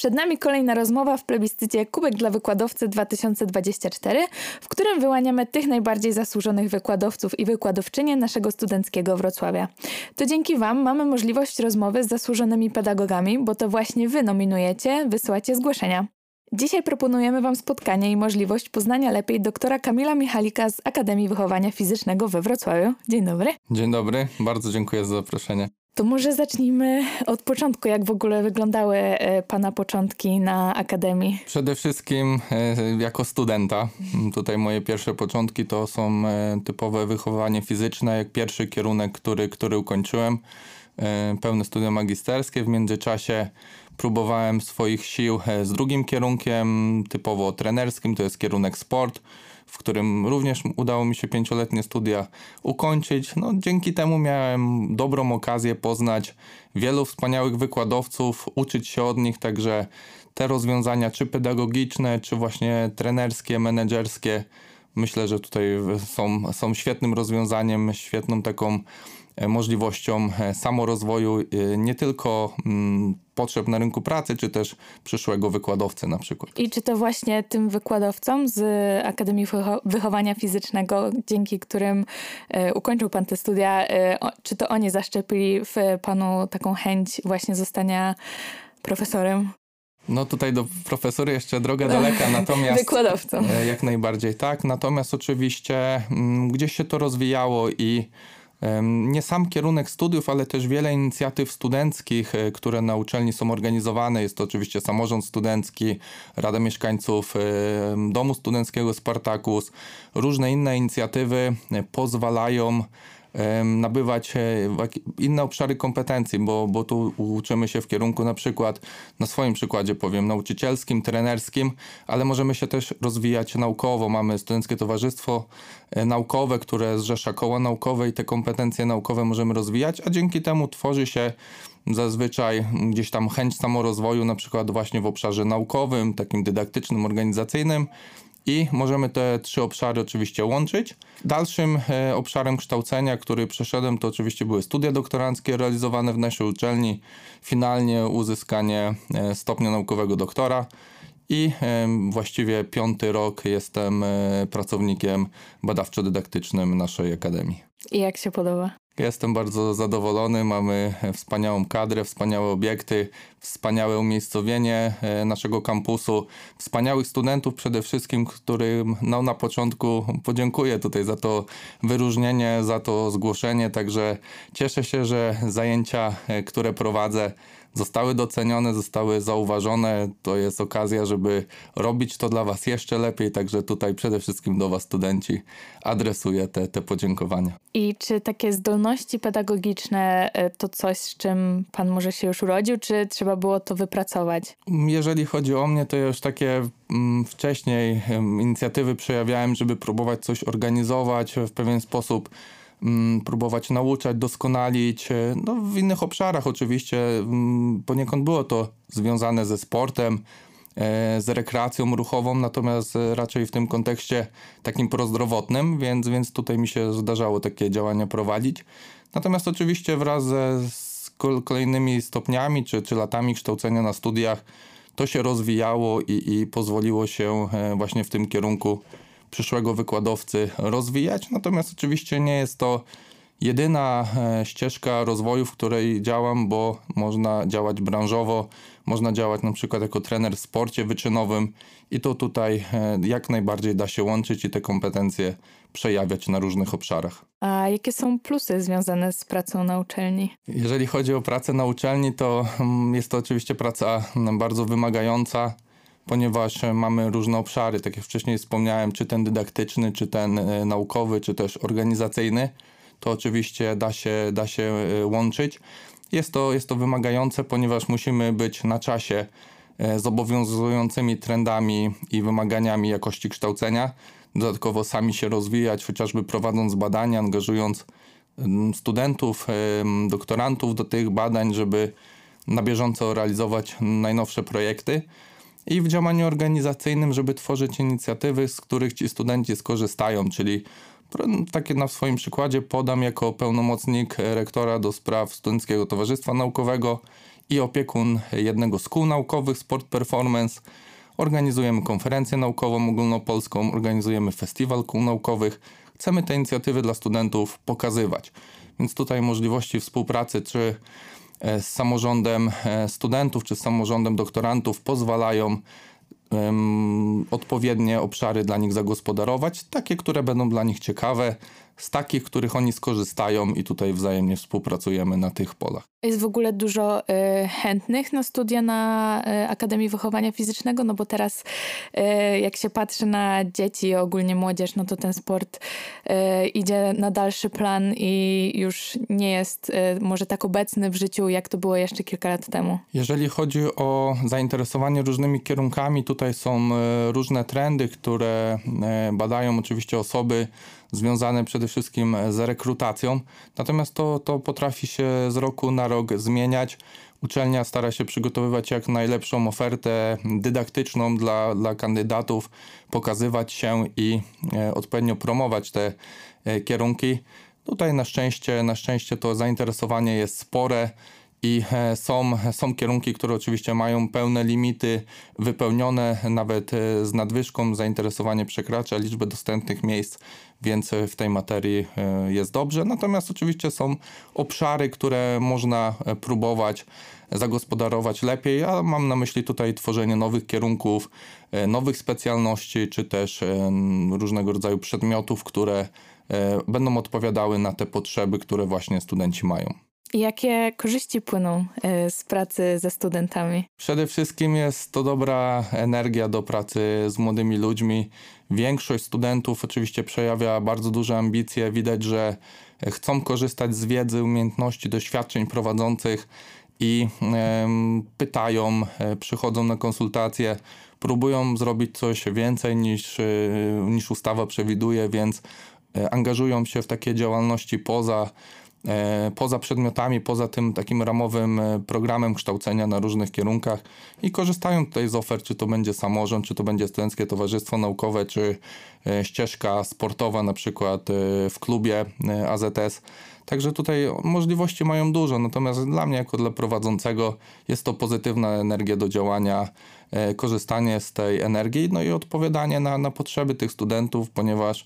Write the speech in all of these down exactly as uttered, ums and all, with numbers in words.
Przed nami kolejna rozmowa w plebiscycie Kubek dla Wykładowcy dwa tysiące dwudziesty czwarty, w którym wyłaniamy tych najbardziej zasłużonych wykładowców i wykładowczynie naszego studenckiego Wrocławia. To dzięki Wam mamy możliwość rozmowy z zasłużonymi pedagogami, bo to właśnie Wy nominujecie, wysyłacie zgłoszenia. Dzisiaj proponujemy Wam spotkanie i możliwość poznania lepiej doktora Kamila Michalika z Akademii Wychowania Fizycznego we Wrocławiu. Dzień dobry. Dzień dobry, bardzo dziękuję za zaproszenie. To może zacznijmy od początku, jak w ogóle wyglądały Pana początki na Akademii? Przede wszystkim jako studenta. Tutaj moje pierwsze początki to są typowe wychowanie fizyczne, jak pierwszy kierunek, który, który ukończyłem. Pełne studia magisterskie. W międzyczasie próbowałem swoich sił z drugim kierunkiem, typowo trenerskim, to jest kierunek sport, w którym również udało mi się pięcioletnie studia ukończyć. No, dzięki temu miałem dobrą okazję poznać wielu wspaniałych wykładowców, uczyć się od nich, także te rozwiązania czy pedagogiczne, czy właśnie trenerskie, menedżerskie, myślę, że tutaj są, są świetnym rozwiązaniem, świetną taką możliwością samorozwoju nie tylko potrzeb na rynku pracy, czy też przyszłego wykładowcy na przykład. I czy to właśnie tym wykładowcom z Akademii Wycho- Wychowania Fizycznego, dzięki którym e, ukończył Pan te studia, e, o, czy to oni zaszczepili w Panu taką chęć właśnie zostania profesorem? No tutaj do profesury jeszcze droga daleka, natomiast... Wykładowcą. Jak najbardziej tak, natomiast oczywiście m, gdzieś się to rozwijało i nie sam kierunek studiów, ale też wiele inicjatyw studenckich, które na uczelni są organizowane. Jest to oczywiście samorząd studencki, Rada Mieszkańców Domu Studenckiego Spartacus. Różne inne inicjatywy pozwalają nabywać inne obszary kompetencji, bo, bo tu uczymy się w kierunku na przykład, na swoim przykładzie powiem, nauczycielskim, trenerskim, ale możemy się też rozwijać naukowo. Mamy Studenckie Towarzystwo Naukowe, które zrzesza koła naukowe i te kompetencje naukowe możemy rozwijać, a dzięki temu tworzy się zazwyczaj gdzieś tam chęć samorozwoju, na przykład właśnie w obszarze naukowym, takim dydaktycznym, organizacyjnym. I możemy te trzy obszary oczywiście łączyć. Dalszym e, obszarem kształcenia, który przeszedłem, to oczywiście były studia doktoranckie realizowane w naszej uczelni. Finalnie uzyskanie e, stopnia naukowego doktora. I e, właściwie piąty rok jestem e, pracownikiem badawczo-dydaktycznym naszej akademii. I jak się podoba? Jestem bardzo zadowolony, mamy wspaniałą kadrę, wspaniałe obiekty, wspaniałe umiejscowienie naszego kampusu, wspaniałych studentów przede wszystkim, którym no, na początku podziękuję tutaj za to wyróżnienie, za to zgłoszenie, także cieszę się, że zajęcia, które prowadzę, zostały docenione, zostały zauważone. To jest okazja, żeby robić to dla Was jeszcze lepiej, także tutaj przede wszystkim do Was, studenci, adresuję te, te podziękowania. I czy takie zdolności pedagogiczne to coś, z czym Pan może się już urodził, czy trzeba było to wypracować? Jeżeli chodzi o mnie, to ja już takie mm, wcześniej mm, inicjatywy przejawiałem, żeby próbować coś organizować w pewien sposób, próbować nauczać, doskonalić. No, w innych obszarach oczywiście poniekąd było to związane ze sportem, z rekreacją ruchową, natomiast raczej w tym kontekście takim prozdrowotnym, więc, więc tutaj mi się zdarzało takie działania prowadzić. Natomiast oczywiście wraz z kolejnymi stopniami czy, czy latami kształcenia na studiach to się rozwijało i, i pozwoliło się właśnie w tym kierunku przyszłego wykładowcy rozwijać, natomiast oczywiście nie jest to jedyna e, ścieżka rozwoju, w której działam, bo można działać branżowo, można działać na przykład jako trener w sporcie wyczynowym i to tutaj e, jak najbardziej da się łączyć i te kompetencje przejawiać na różnych obszarach. A jakie są plusy związane z pracą na uczelni? Jeżeli chodzi o pracę na uczelni, to mm, jest to oczywiście praca bardzo wymagająca, ponieważ mamy różne obszary, tak jak wcześniej wspomniałem, czy ten dydaktyczny, czy ten y, naukowy, czy też organizacyjny, to oczywiście da się, da się y, łączyć. Jest to, jest to wymagające, ponieważ musimy być na czasie y, z obowiązującymi trendami i wymaganiami jakości kształcenia, dodatkowo sami się rozwijać, chociażby prowadząc badania, angażując y, studentów, y, doktorantów do tych badań, żeby na bieżąco realizować najnowsze projekty. I w działaniu organizacyjnym, żeby tworzyć inicjatywy, z których ci studenci skorzystają, czyli takie na swoim przykładzie podam jako pełnomocnik rektora do spraw Studenckiego Towarzystwa Naukowego i opiekun jednego z kół naukowych Sport Performance. Organizujemy konferencję naukową ogólnopolską, organizujemy festiwal kół naukowych. Chcemy te inicjatywy dla studentów pokazywać. Więc tutaj możliwości współpracy czy z samorządem studentów, czy z samorządem doktorantów pozwalają um, odpowiednie obszary dla nich zagospodarować, takie, które będą dla nich ciekawe, z takich, których oni skorzystają i tutaj wzajemnie współpracujemy na tych polach. Jest w ogóle dużo y, chętnych na studia na y, Akademii Wychowania Fizycznego, no bo teraz y, jak się patrzy na dzieci i ogólnie młodzież, no to ten sport y, idzie na dalszy plan i już nie jest y, może tak obecny w życiu, jak to było jeszcze kilka lat temu. Jeżeli chodzi o zainteresowanie różnymi kierunkami, tutaj są y, różne trendy, które y, badają oczywiście osoby związane przede wszystkim z rekrutacją. Natomiast to, to potrafi się z roku na rok zmieniać. Uczelnia stara się przygotowywać jak najlepszą ofertę dydaktyczną dla, dla kandydatów, pokazywać się i e, odpowiednio promować te e, kierunki. Tutaj na szczęście, na szczęście to zainteresowanie jest spore. I są, są kierunki, które oczywiście mają pełne limity wypełnione, nawet z nadwyżką zainteresowanie przekracza liczbę dostępnych miejsc, więc w tej materii jest dobrze. Natomiast oczywiście są obszary, które można próbować zagospodarować lepiej, a mam na myśli tutaj tworzenie nowych kierunków, nowych specjalności, czy też różnego rodzaju przedmiotów, które będą odpowiadały na te potrzeby, które właśnie studenci mają. Jakie korzyści płyną z pracy ze studentami? Przede wszystkim jest to dobra energia do pracy z młodymi ludźmi. Większość studentów oczywiście przejawia bardzo duże ambicje. Widać, że chcą korzystać z wiedzy, umiejętności, doświadczeń prowadzących i e, pytają, e, przychodzą na konsultacje, próbują zrobić coś więcej niż, e, niż ustawa przewiduje, więc e, angażują się w takie działalności poza poza przedmiotami, poza tym takim ramowym programem kształcenia na różnych kierunkach i korzystają tutaj z ofert, czy to będzie samorząd, czy to będzie Studenckie Towarzystwo Naukowe, czy ścieżka sportowa na przykład w klubie A Z S. Także tutaj możliwości mają dużo, natomiast dla mnie jako dla prowadzącego jest to pozytywna energia do działania, korzystanie z tej energii, no i odpowiadanie na, na potrzeby tych studentów, ponieważ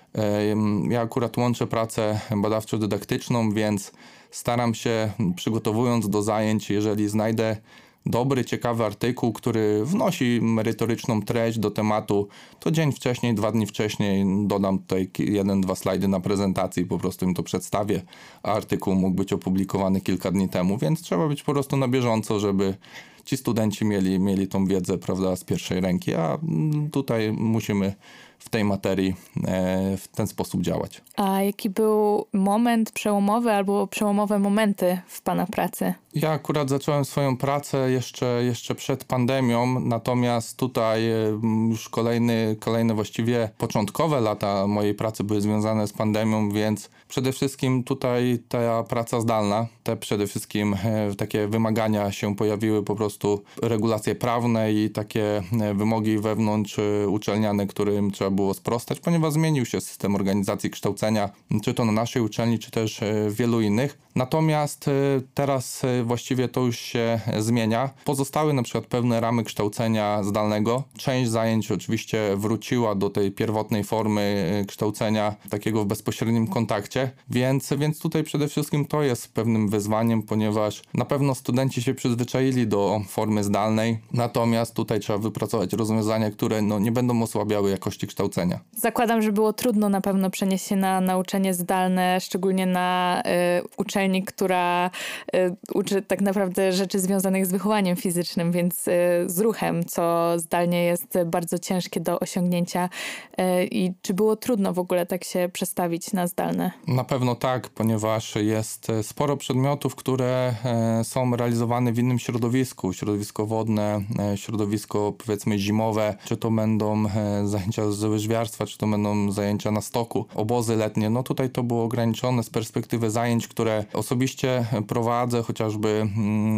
ja akurat łączę pracę badawczo-dydaktyczną, więc staram się, przygotowując do zajęć, jeżeli znajdę dobry, ciekawy artykuł, który wnosi merytoryczną treść do tematu, to dzień wcześniej, dwa dni wcześniej dodam tutaj jeden, dwa slajdy na prezentacji i po prostu im to przedstawię, a artykuł mógł być opublikowany kilka dni temu, więc trzeba być po prostu na bieżąco, żeby ci studenci mieli, mieli tą wiedzę, prawda, z pierwszej ręki, a tutaj musimy w tej materii e, w ten sposób działać. A jaki był moment przełomowy albo przełomowe momenty w Pana pracy? Ja akurat zacząłem swoją pracę jeszcze, jeszcze przed pandemią, natomiast tutaj już kolejny, kolejne właściwie początkowe lata mojej pracy były związane z pandemią, więc przede wszystkim tutaj ta praca zdalna, te przede wszystkim takie wymagania się pojawiły, po prostu regulacje prawne i takie wymogi wewnątrz uczelniane, którym trzeba było sprostać, ponieważ zmienił się system organizacji kształcenia, czy to na naszej uczelni, czy też w wielu innych. Natomiast teraz właściwie to już się zmienia. Pozostały na przykład pewne ramy kształcenia zdalnego. Część zajęć oczywiście wróciła do tej pierwotnej formy kształcenia, takiego w bezpośrednim kontakcie, więc, więc tutaj przede wszystkim to jest pewnym wyzwaniem, ponieważ na pewno studenci się przyzwyczaili do formy zdalnej, natomiast tutaj trzeba wypracować rozwiązania, które no, nie będą osłabiały jakości kształcenia. Zakładam, że było trudno na pewno przenieść się na nauczanie zdalne, szczególnie na y, uczelni, która y, uczy tak naprawdę rzeczy związanych z wychowaniem fizycznym, więc y, z ruchem, co zdalnie jest bardzo ciężkie do osiągnięcia. Y, I czy było trudno w ogóle tak się przestawić na zdalne? Na pewno tak, ponieważ jest sporo przedmiotów, które e, są realizowane w innym środowisku. Środowisko wodne, e, środowisko powiedzmy zimowe, czy to będą e, zajęcia z łyżwiarstwa, czy to będą zajęcia na stoku, obozy letnie. No tutaj to było ograniczone z perspektywy zajęć, które osobiście prowadzę, chociażby chociażby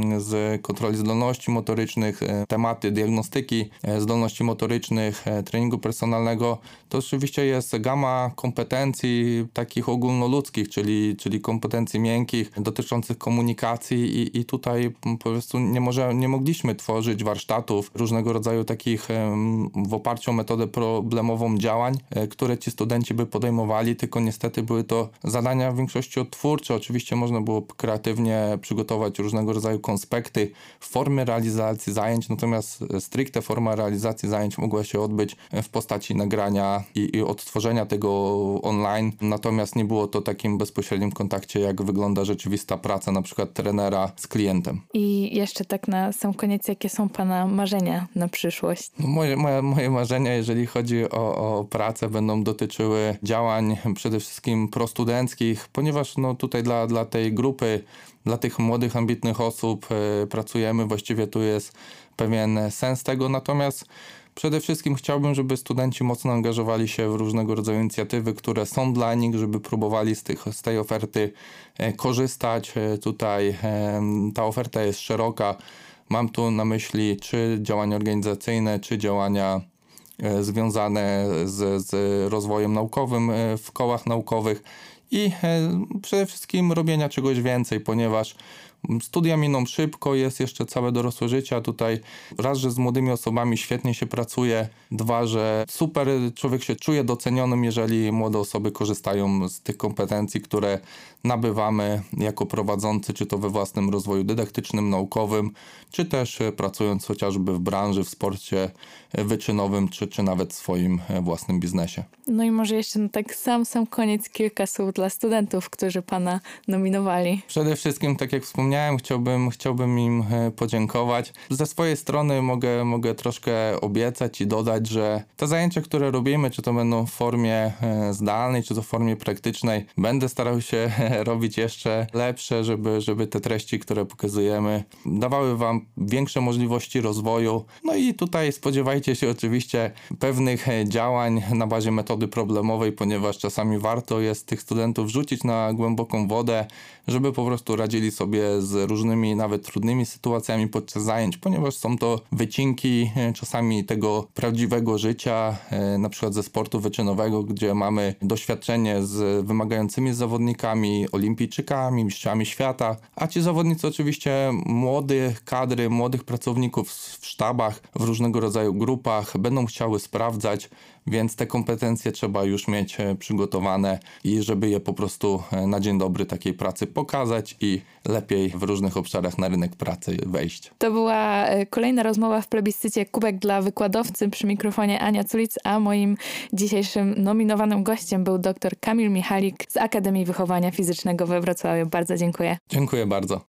z kontroli zdolności motorycznych, tematy diagnostyki zdolności motorycznych, treningu personalnego, to oczywiście jest gama kompetencji takich ogólnoludzkich, czyli, czyli kompetencji miękkich dotyczących komunikacji i, i tutaj po prostu nie, może, nie mogliśmy tworzyć warsztatów różnego rodzaju takich w oparciu o metodę problemową działań, które ci studenci by podejmowali, tylko niestety były to zadania w większości odtwórcze. Oczywiście można było kreatywnie przygotować różnego rodzaju konspekty w formie realizacji zajęć, natomiast stricte forma realizacji zajęć mogła się odbyć w postaci nagrania i, i odtworzenia tego online, natomiast nie było to takim bezpośrednim kontakcie, jak wygląda rzeczywista praca na przykład trenera z klientem. I jeszcze tak na sam koniec, jakie są Pana marzenia na przyszłość? No moje, moje, moje marzenia, jeżeli chodzi o, o pracę, będą dotyczyły działań przede wszystkim prostudenckich, ponieważ no, tutaj dla, dla tej grupy, dla tych młodych, ambitnych osób yy, pracujemy, właściwie tu jest pewien sens tego, natomiast przede wszystkim chciałbym, żeby studenci mocno angażowali się w różnego rodzaju inicjatywy, które są dla nich, żeby próbowali z, tych, z tej oferty korzystać. Tutaj ta oferta jest szeroka. Mam tu na myśli czy działania organizacyjne, czy działania związane z, z rozwojem naukowym w kołach naukowych i przede wszystkim robienia czegoś więcej, ponieważ studia miną szybko, jest jeszcze całe dorosłe życie, a tutaj raz, że z młodymi osobami świetnie się pracuje, dwa, że super człowiek się czuje docenionym, jeżeli młode osoby korzystają z tych kompetencji, które nabywamy jako prowadzący, czy to we własnym rozwoju dydaktycznym, naukowym, czy też pracując chociażby w branży, w sporcie wyczynowym, czy, czy nawet w swoim własnym biznesie. No i może jeszcze na tak sam, sam koniec kilka słów dla studentów, którzy Pana nominowali. Przede wszystkim, tak jak wspomniałem, chciałbym, chciałbym im podziękować. Ze swojej strony mogę, mogę troszkę obiecać i dodać, że te zajęcia, które robimy, czy to będą w formie zdalnej, czy to w formie praktycznej, będę starał się robić jeszcze lepsze, żeby, żeby te treści, które pokazujemy, dawały Wam większe możliwości rozwoju. No i tutaj spodziewajcie się oczywiście pewnych działań na bazie metody problemowej, ponieważ czasami warto jest tych studentów rzucić na głęboką wodę, żeby po prostu radzili sobie z różnymi, nawet trudnymi sytuacjami podczas zajęć, ponieważ są to wycinki czasami tego prawdziwego życia, na przykład ze sportu wyczynowego, gdzie mamy doświadczenie z wymagającymi zawodnikami, olimpijczykami, mistrzami świata, a ci zawodnicy oczywiście młodych kadry, młodych pracowników w sztabach, w różnego rodzaju grupach będą chciały sprawdzać, więc te kompetencje trzeba już mieć przygotowane i żeby je po prostu na dzień dobry takiej pracy pokazać i lepiej w różnych obszarach na rynek pracy wejść. To była kolejna rozmowa w plebiscycie Kubek dla wykładowcy, przy mikrofonie Ania Culic, a moim dzisiejszym nominowanym gościem był dr Kamil Michalik z Akademii Wychowania Fizycznego we Wrocławiu. Bardzo dziękuję. Dziękuję bardzo.